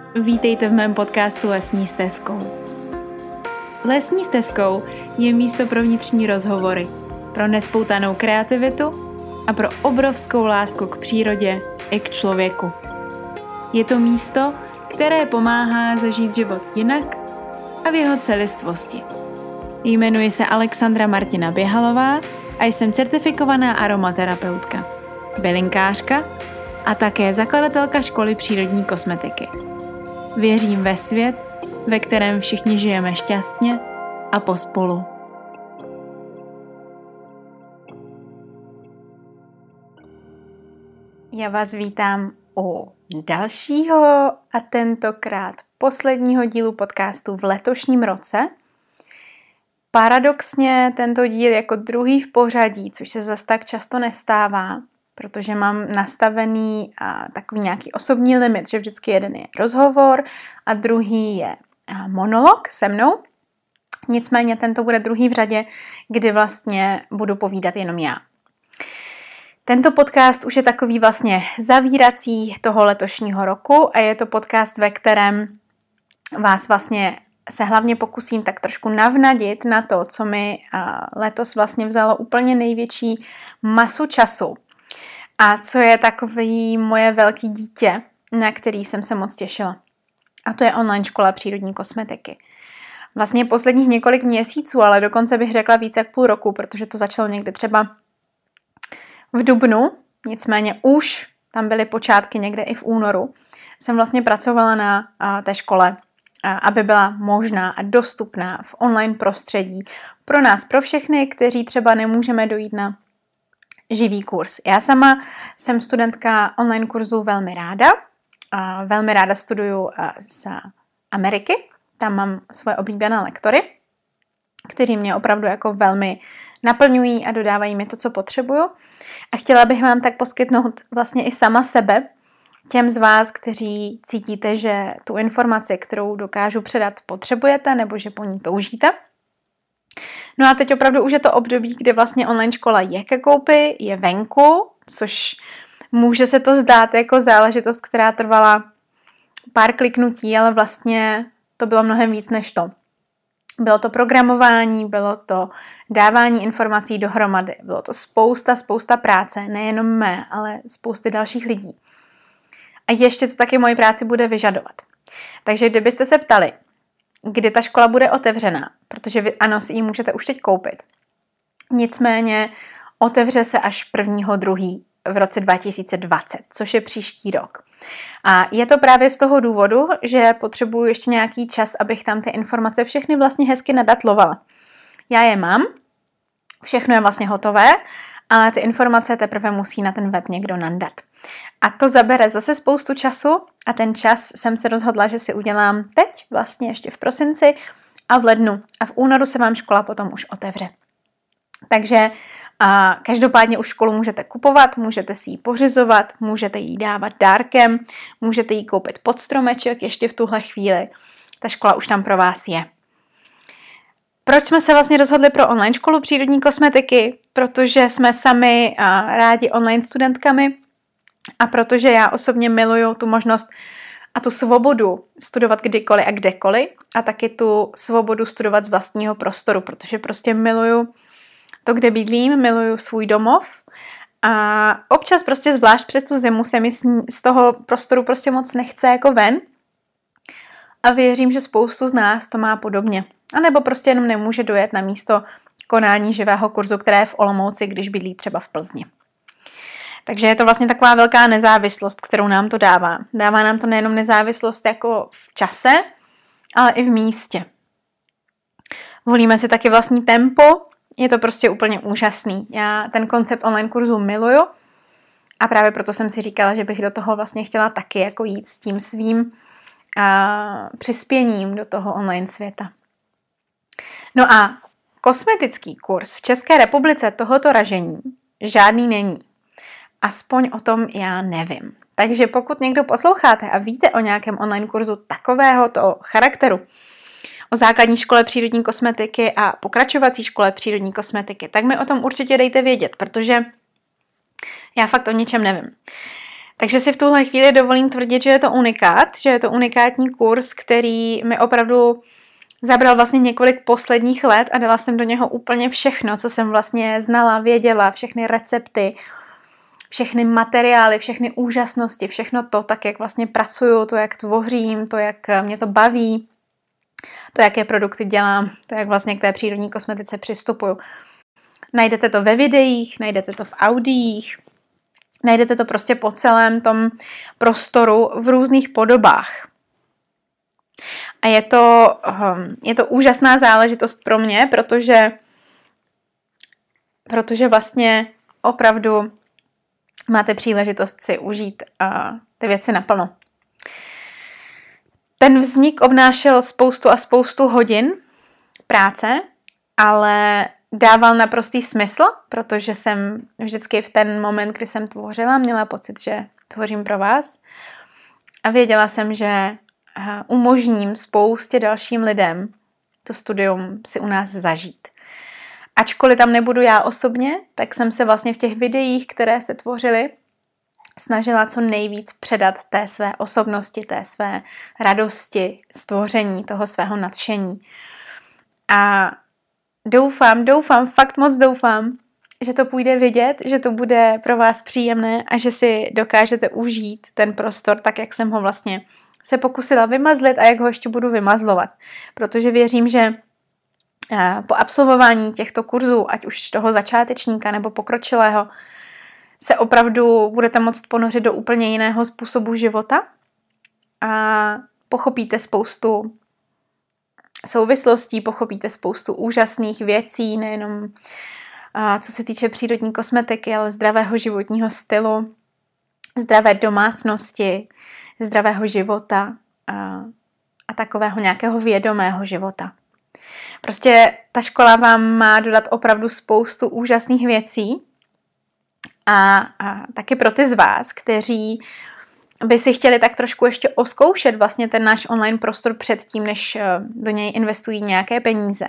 Vítejte v mém podcastu Lesní stezkou. Lesní stezkou je místo pro vnitřní rozhovory, pro nespoutanou kreativitu a pro obrovskou lásku k přírodě i k člověku. Je to místo, které pomáhá zažít život jinak a v jeho celistvosti. Jmenuji se Alexandra Martina Běhalová a jsem certifikovaná aromaterapeutka, bylinkářka a také zakladatelka školy přírodní kosmetiky. Věřím ve svět, ve kterém všichni žijeme šťastně a pospolu. Já vás vítám u dalšího a tentokrát posledního dílu podcastu v letošním roce. Paradoxně tento díl jako druhý v pořadí, což se zas tak často nestává, protože mám nastavený takový nějaký osobní limit, že vždycky jeden je rozhovor a druhý je monolog se mnou. Nicméně tento bude druhý v řadě, kdy vlastně budu povídat jenom já. Tento podcast už je takový vlastně zavírací toho letošního roku a je to podcast, ve kterém vás vlastně se hlavně pokusím tak trošku navnadit na to, co mi letos vlastně vzalo úplně největší masu času. A co je takový moje velký dítě, na který jsem se moc těšila. A to je online škola přírodní kosmetiky. Vlastně posledních několik měsíců, ale dokonce bych řekla více jak půl roku, protože to začalo někde třeba v dubnu, nicméně už tam byly počátky někde i v únoru. Jsem vlastně pracovala na té škole, aby byla možná a dostupná v online prostředí pro nás, pro všechny, kteří třeba nemůžeme dojít na živý kurz. Já sama jsem studentka online kurzu velmi ráda. Velmi ráda studuju z Ameriky. Tam mám svoje oblíbené lektory, kteří mě opravdu jako velmi naplňují a dodávají mi to, co potřebuju. A chtěla bych vám tak poskytnout vlastně i sama sebe, těm z vás, kteří cítíte, že tu informaci, kterou dokážu předat, potřebujete nebo že po ní toužíte. No a teď opravdu už je to období, kdy vlastně online škola je ke koupi, je venku, což může se to zdát jako záležitost, která trvala pár kliknutí, ale vlastně to bylo mnohem víc než to. Bylo to programování, bylo to dávání informací dohromady, bylo to spousta práce, nejenom mé, ale spousty dalších lidí. A ještě to taky moji práci bude vyžadovat. Takže kdybyste se ptali, kdy ta škola bude otevřená, protože vy ano, si ji můžete už teď koupit. Nicméně otevře se až 1.2. v roce 2020, což je příští rok. A je to právě z toho důvodu, že potřebuju ještě nějaký čas, abych tam ty informace všechny vlastně hezky nadatlovala. Já je mám, všechno je vlastně hotové, ale ty informace teprve musí na ten web někdo nandat. A to zabere zase spoustu času a ten čas jsem se rozhodla, že si udělám teď, vlastně ještě v prosinci a v lednu. A v únoru se vám škola potom už otevře. Takže každopádně už školu můžete kupovat, můžete si ji pořizovat, můžete ji dávat dárkem, můžete ji koupit pod stromeček ještě v tuhle chvíli. Ta škola už tam pro vás je. Proč jsme se vlastně rozhodli pro online školu přírodní kosmetiky? Protože jsme sami rádi online studentkami a protože já osobně miluju tu možnost a tu svobodu studovat kdykoliv a kdekoliv a taky tu svobodu studovat z vlastního prostoru, protože prostě miluju to, kde bydlím, miluju svůj domov a občas prostě zvlášť přes tu zimu se mi z toho prostoru prostě moc nechce jako ven a věřím, že spoustu z nás to má podobně. A nebo prostě jenom nemůže dojet na místo konání živého kurzu, které je v Olomouci, když bydlí třeba v Plzni. Takže je to vlastně taková velká nezávislost, kterou nám to dává. Dává nám to nejenom nezávislost jako v čase, ale i v místě. Volíme si taky vlastní tempo, je to prostě úplně úžasný. Já ten koncept online kurzu miluju a právě proto jsem si říkala, že bych do toho vlastně chtěla taky jako jít s tím svým přispěním do toho online světa. No a kosmetický kurz v České republice tohoto ražení žádný není. Aspoň o tom já nevím. Takže pokud někdo posloucháte a víte o nějakém online kurzu takovéhoto charakteru, o základní škole přírodní kosmetiky a pokračovací škole přírodní kosmetiky, tak mi o tom určitě dejte vědět, protože já fakt o ničem nevím. Takže si v tuhle chvíli dovolím tvrdit, že je to unikát, že je to unikátní kurz, který mi opravdu zabral vlastně několik posledních let a dala jsem do něho úplně všechno, co jsem vlastně znala, věděla, všechny recepty, všechny materiály, všechny úžasnosti, všechno to, tak jak vlastně pracuju, to, jak tvořím, to, jak mě to baví, to, jaké produkty dělám, to, jak vlastně k té přírodní kosmetice přistupuju. Najdete to ve videích, najdete to v audiích, najdete to prostě po celém tom prostoru v různých podobách. A je to úžasná záležitost pro mě, protože vlastně opravdu máte příležitost si užít ty věci naplno. Ten vznik obnášel spoustu hodin práce, ale dával naprostý smysl, protože jsem vždycky v ten moment, kdy jsem tvořila, měla pocit, že tvořím pro vás. A věděla jsem, že umožním spoustě dalším lidem to studium si u nás zažít. Ačkoliv tam nebudu já osobně, tak jsem se vlastně v těch videích, které se tvořily, snažila co nejvíc předat té své osobnosti, té své radosti, stvoření, toho svého nadšení. A doufám, fakt moc doufám, že to půjde vidět, že to bude pro vás příjemné a že si dokážete užít ten prostor tak, jak jsem ho vlastně se pokusila vymazlit a jak ho ještě budu vymazlovat. Protože věřím, že po absolvování těchto kurzů, ať už toho začátečníka nebo pokročilého, se opravdu budete moct ponořit do úplně jiného způsobu života a pochopíte spoustu souvislostí, pochopíte spoustu úžasných věcí, nejenom co se týče přírodní kosmetiky, ale zdravého životního stylu, zdravé domácnosti, zdravého života a takového nějakého vědomého života. Prostě ta škola vám má dodat opravdu spoustu úžasných věcí a taky pro ty z vás, kteří by si chtěli tak trošku ještě oskoušet vlastně ten náš online prostor předtím, než do něj investují nějaké peníze.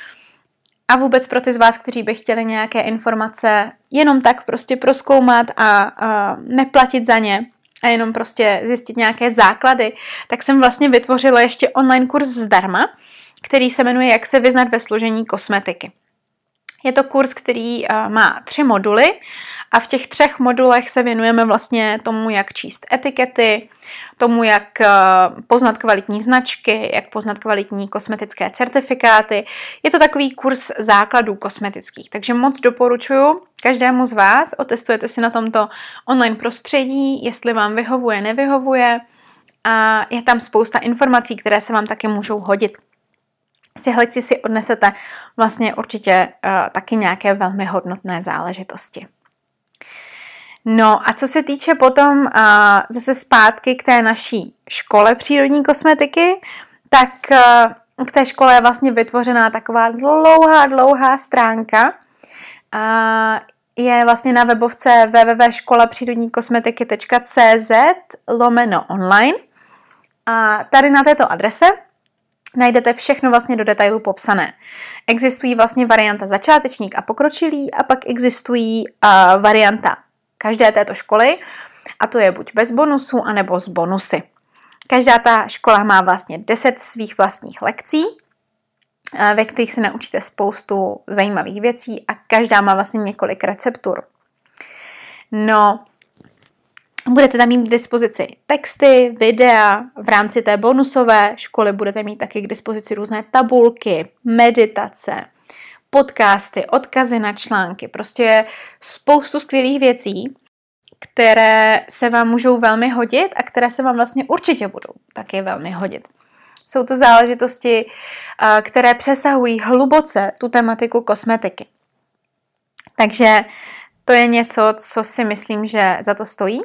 A vůbec pro ty z vás, kteří by chtěli nějaké informace jenom tak prostě prozkoumat a neplatit za ně a jenom prostě zjistit nějaké základy, tak jsem vlastně vytvořila ještě online kurz zdarma, který se jmenuje Jak se vyznat ve složení kosmetiky. Je to kurz, který má 3 moduly a v těch 3 modulech se věnujeme vlastně tomu, jak číst etikety, tomu, jak poznat kvalitní značky, jak poznat kvalitní kosmetické certifikáty. Je to takový kurz základů kosmetických, takže moc doporučuji každému z vás, otestujete si na tomto online prostředí, jestli vám vyhovuje, nevyhovuje a je tam spousta informací, které se vám taky můžou hodit. Z těch lekcí si odnesete vlastně určitě taky nějaké velmi hodnotné záležitosti. No a co se týče potom zase zpátky k té naší škole přírodní kosmetiky, tak k té škole je vlastně vytvořená taková dlouhá stránka. Je vlastně na webovce www.školapřírodníkosmetiky.cz/online a tady na této adrese najdete všechno vlastně do detailu popsané. Existují vlastně varianta začátečník a pokročilý a pak existují varianta každé této školy a to je buď bez bonusů, anebo s bonusy. Každá ta škola má vlastně 10 svých vlastních lekcí, ve kterých si naučíte spoustu zajímavých věcí a každá má vlastně několik receptur. No, budete tam mít k dispozici texty, videa, v rámci té bonusové školy budete mít taky k dispozici různé tabulky, meditace, podcasty, odkazy na články, prostě spoustu skvělých věcí, které se vám můžou velmi hodit a které se vám vlastně určitě budou taky velmi hodit. Jsou to záležitosti, které přesahují hluboce tu tematiku kosmetiky. Takže to je něco, co si myslím, že za to stojí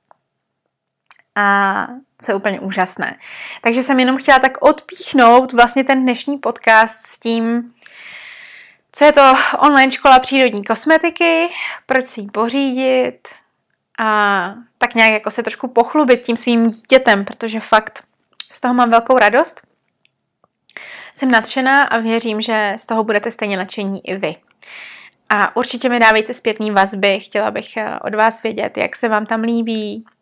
a co je úplně úžasné. Takže jsem jenom chtěla tak odpíchnout vlastně ten dnešní podcast s tím, co je to online škola přírodní kosmetiky, proč si ji pořídit a tak nějak jako se trošku pochlubit tím svým dítětem, protože fakt z toho mám velkou radost. Jsem nadšená a věřím, že z toho budete stejně nadšení i vy. A určitě mi dávejte zpětné vazby, chtěla bych od vás vědět, jak se vám tam líbí,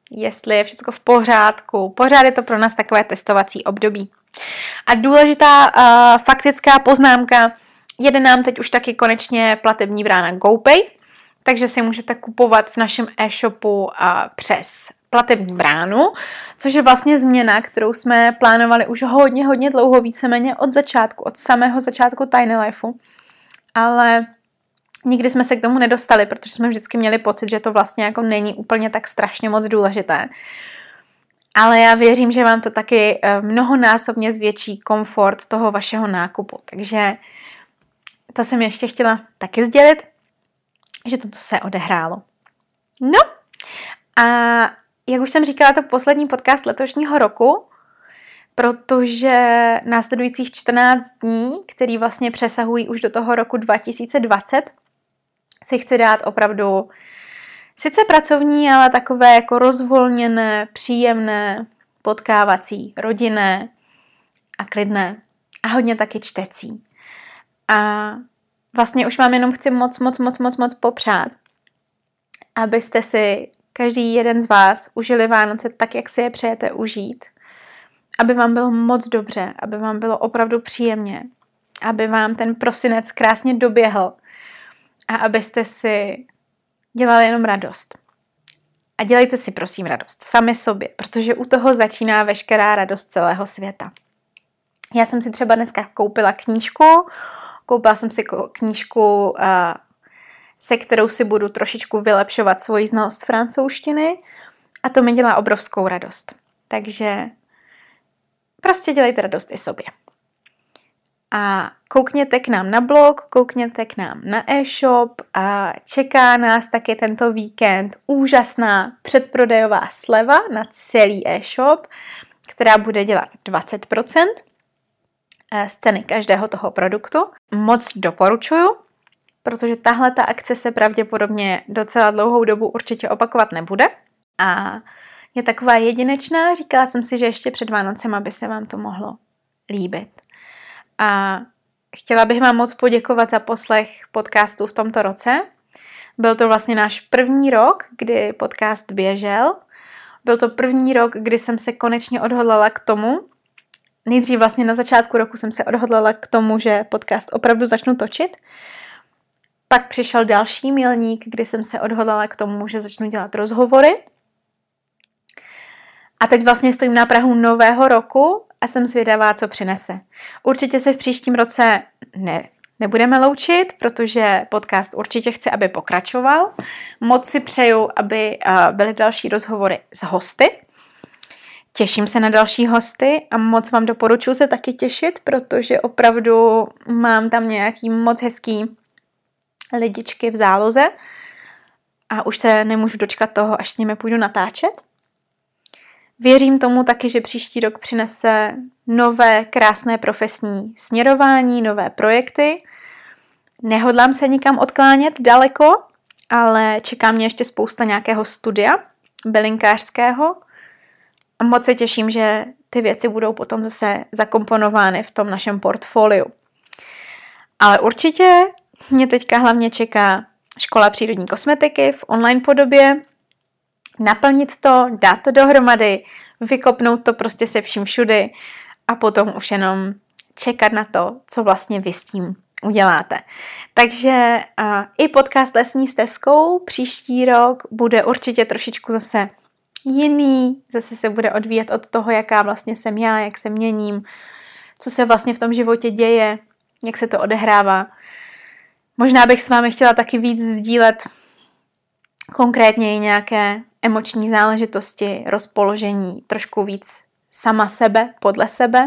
jestli je všechno v pořádku. Pořád je to pro nás takové testovací období. A důležitá faktická poznámka, jede nám teď už taky konečně platební brána GoPay, takže si můžete kupovat v našem e-shopu přes platební bránu, což je vlastně změna, kterou jsme plánovali už hodně dlouho, víceméně od samého začátku Tiny Lifeu, ale nikdy jsme se k tomu nedostali, protože jsme vždycky měli pocit, že to vlastně jako není úplně tak strašně moc důležité. Ale já věřím, že vám to taky mnohonásobně zvětší komfort toho vašeho nákupu. Takže to jsem ještě chtěla taky sdělit, že toto se odehrálo. No a jak už jsem říkala, to poslední podcast letošního roku, protože následujících 14 dní, který vlastně přesahují už do toho roku 2020, si chci dát opravdu sice pracovní, ale takové jako rozvolněné, příjemné, potkávací, rodinné a klidné a hodně taky čtecí. A vlastně už vám jenom chci moc popřát, abyste si každý jeden z vás užili Vánoce tak, jak si je přejete užít, aby vám bylo moc dobře, aby vám bylo opravdu příjemně, aby vám ten prosinec krásně doběhl a abyste si dělali jenom radost. A dělejte si prosím radost sami sobě, protože u toho začíná veškerá radost celého světa. Já jsem si třeba dneska koupila knížku, koupila jsem si knížku, se kterou si budu trošičku vylepšovat svoji znalost francouzštiny a to mi dělá obrovskou radost. Takže prostě dělejte radost i sobě. A koukněte k nám na blog, koukněte k nám na e-shop a čeká nás taky tento víkend úžasná předprodejová sleva na celý e-shop, která bude dělat 20% z ceny každého toho produktu. Moc doporučuju, protože tahle ta akce se pravděpodobně docela dlouhou dobu určitě opakovat nebude a je taková jedinečná. Říkala jsem si, že ještě před Vánocema by se vám to mohlo líbit. A chtěla bych vám moc poděkovat za poslech podcastů v tomto roce. Byl to vlastně náš první rok, kdy podcast běžel. Byl to první rok, kdy jsem se konečně odhodlala k tomu. Nejdřív vlastně na začátku roku jsem se odhodlala k tomu, že podcast opravdu začnu točit. Pak přišel další milník, kdy jsem se odhodlala k tomu, že začnu dělat rozhovory. A teď vlastně stojím na prahu nového roku a jsem zvědavá, co přinese. Určitě se v příštím roce nebudeme loučit, protože podcast určitě chci, aby pokračoval. Moc si přeju, aby byly další rozhovory s hosty. Těším se na další hosty a moc vám doporučuji se taky těšit, protože opravdu mám tam nějaký moc hezký lidičky v záloze a už se nemůžu dočkat toho, až s nimi půjdu natáčet. Věřím tomu taky, že příští rok přinese nové krásné profesní směrování, nové projekty. Nehodlám se nikam odklánět daleko, ale čeká mě ještě spousta nějakého studia bylinkářského a moc se těším, že ty věci budou potom zase zakomponovány v tom našem portfoliu. Ale určitě mě teďka hlavně čeká škola přírodní kosmetiky v online podobě, naplnit to, dát to dohromady, vykopnout to prostě se vším všudy a potom už jenom čekat na to, co vlastně vy s tím uděláte. Takže i podcast Lesní stezkou příští rok bude určitě trošičku zase jiný, zase se bude odvíjet od toho, jaká vlastně jsem já, jak se měním, co se vlastně v tom životě děje, jak se to odehrává. Možná bych s vámi chtěla taky víc sdílet konkrétně i nějaké emoční záležitosti, rozpoložení, trošku víc sama sebe, podle sebe,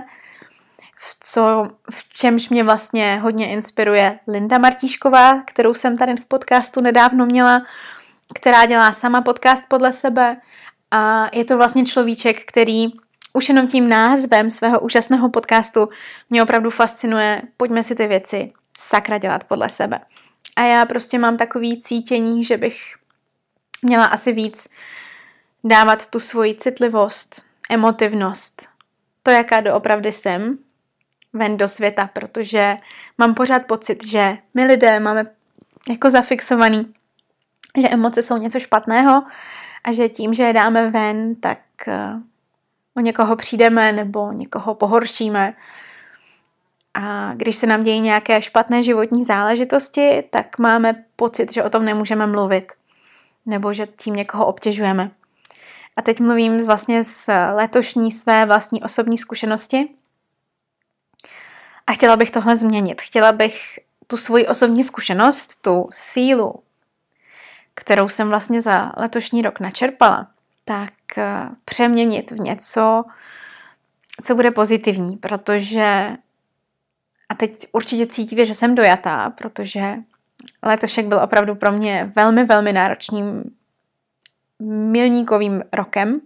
v čemž mě vlastně hodně inspiruje Linda Martíšková, kterou jsem tady v podcastu nedávno měla, která dělá sama podcast podle sebe a je to vlastně človíček, který už jenom tím názvem svého úžasného podcastu mě opravdu fascinuje. Pojďme si ty věci sakra dělat podle sebe. A já prostě mám takový cítění, že bych měla asi víc dávat tu svoji citlivost, emotivnost, to, jaká doopravdy jsem, ven do světa, protože mám pořád pocit, že my lidé máme jako zafixovaný, že emoce jsou něco špatného a že tím, že je dáme ven, tak o někoho přijdeme nebo někoho pohoršíme. A když se nám dějí nějaké špatné životní záležitosti, tak máme pocit, že o tom nemůžeme mluvit nebo že tím někoho obtěžujeme. A teď mluvím vlastně z letošní své vlastní osobní zkušenosti. A chtěla bych tohle změnit. Chtěla bych tu svoji osobní zkušenost, tu sílu, kterou jsem vlastně za letošní rok načerpala, tak přeměnit v něco, co bude pozitivní, protože a teď určitě cítíte, že jsem dojatá, protože letošek byl opravdu pro mě velmi, velmi náročným milníkovým rokem.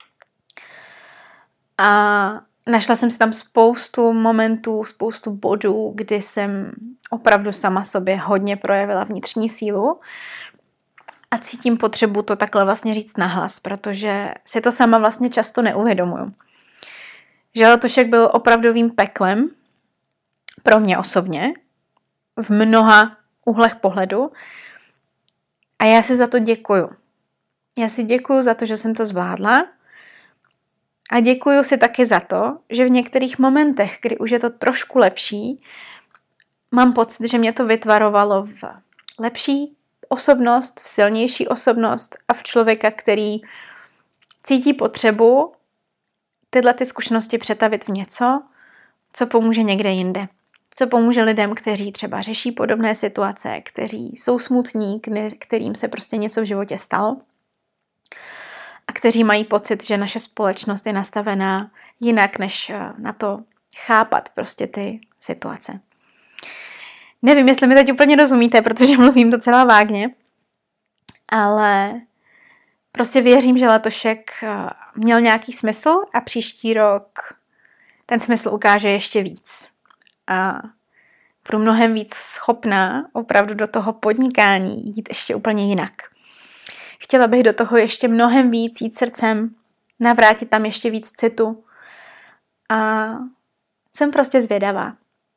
A našla jsem si tam spoustu momentů, spoustu bodů, kdy jsem opravdu sama sobě hodně projevila vnitřní sílu a cítím potřebu to takhle vlastně říct nahlas, protože si to sama vlastně často neuvědomuju. Že letošek byl opravdovým peklem pro mě osobně v mnoha úhlech pohledu a já si za to děkuju. Já si děkuju za to, že jsem to zvládla a děkuju si taky za to, že v některých momentech, kdy už je to trošku lepší, mám pocit, že mě to vytvarovalo v lepší osobnost, v silnější osobnost a v člověka, který cítí potřebu tyhle ty zkušenosti přetavit v něco, co pomůže někde jinde. Co pomůže lidem, kteří třeba řeší podobné situace, kteří jsou smutní, kterým se prostě něco v životě stalo a kteří mají pocit, že naše společnost je nastavená jinak, než na to chápat prostě ty situace. Nevím, jestli mi teď úplně rozumíte, protože mluvím docela vágně, ale prostě věřím, že letošek měl nějaký smysl a příští rok ten smysl ukáže ještě víc. A budu mnohem víc schopná opravdu do toho podnikání jít ještě úplně jinak. Chtěla bych do toho ještě mnohem víc jít srdcem, navrátit tam ještě víc citu a jsem prostě zvědavá.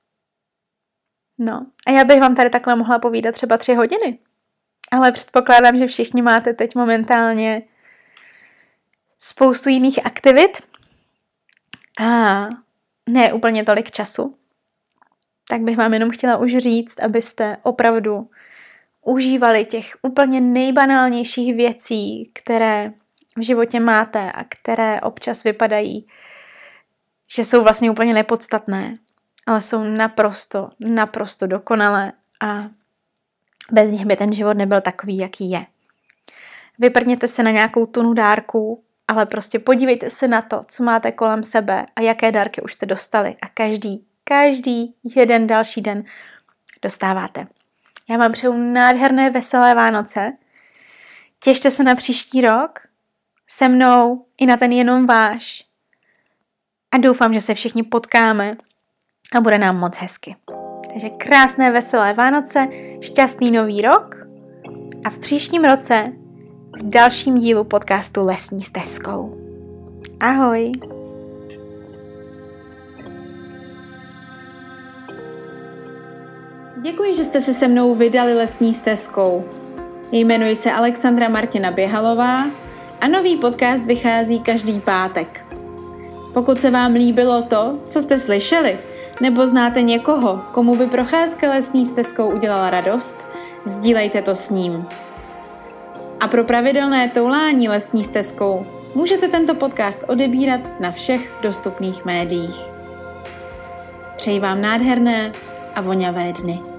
No, a já bych vám tady takhle mohla povídat třeba 3 hodiny, ale předpokládám, že všichni máte teď momentálně spoustu jiných aktivit a ne úplně tolik času. Tak bych vám jenom chtěla už říct, abyste opravdu užívali těch úplně nejbanálnějších věcí, které v životě máte a které občas vypadají, že jsou vlastně úplně nepodstatné, ale jsou naprosto dokonalé a bez nich by ten život nebyl takový, jaký je. Vyprdněte se na nějakou tunu dárků, ale prostě podívejte se na to, co máte kolem sebe a jaké dárky už jste dostali a každý jeden další den dostáváte. Já vám přeju nádherné, veselé Vánoce. Těšte se na příští rok se mnou i na ten jenom váš. A doufám, že se všichni potkáme a bude nám moc hezky. Takže krásné, veselé Vánoce, šťastný nový rok a v příštím roce v dalším dílu podcastu Lesní stezkou. Ahoj! Děkuji, že jste se se mnou vydali lesní stezkou. Jmenuji se Alexandra Martina Běhalová a nový podcast vychází každý pátek. Pokud se vám líbilo to, co jste slyšeli, nebo znáte někoho, komu by procházka lesní stezkou udělala radost, sdílejte to s ním. A pro pravidelné toulání lesní stezkou můžete tento podcast odebírat na všech dostupných médiích. Přeji vám nádherné a voňavé dny.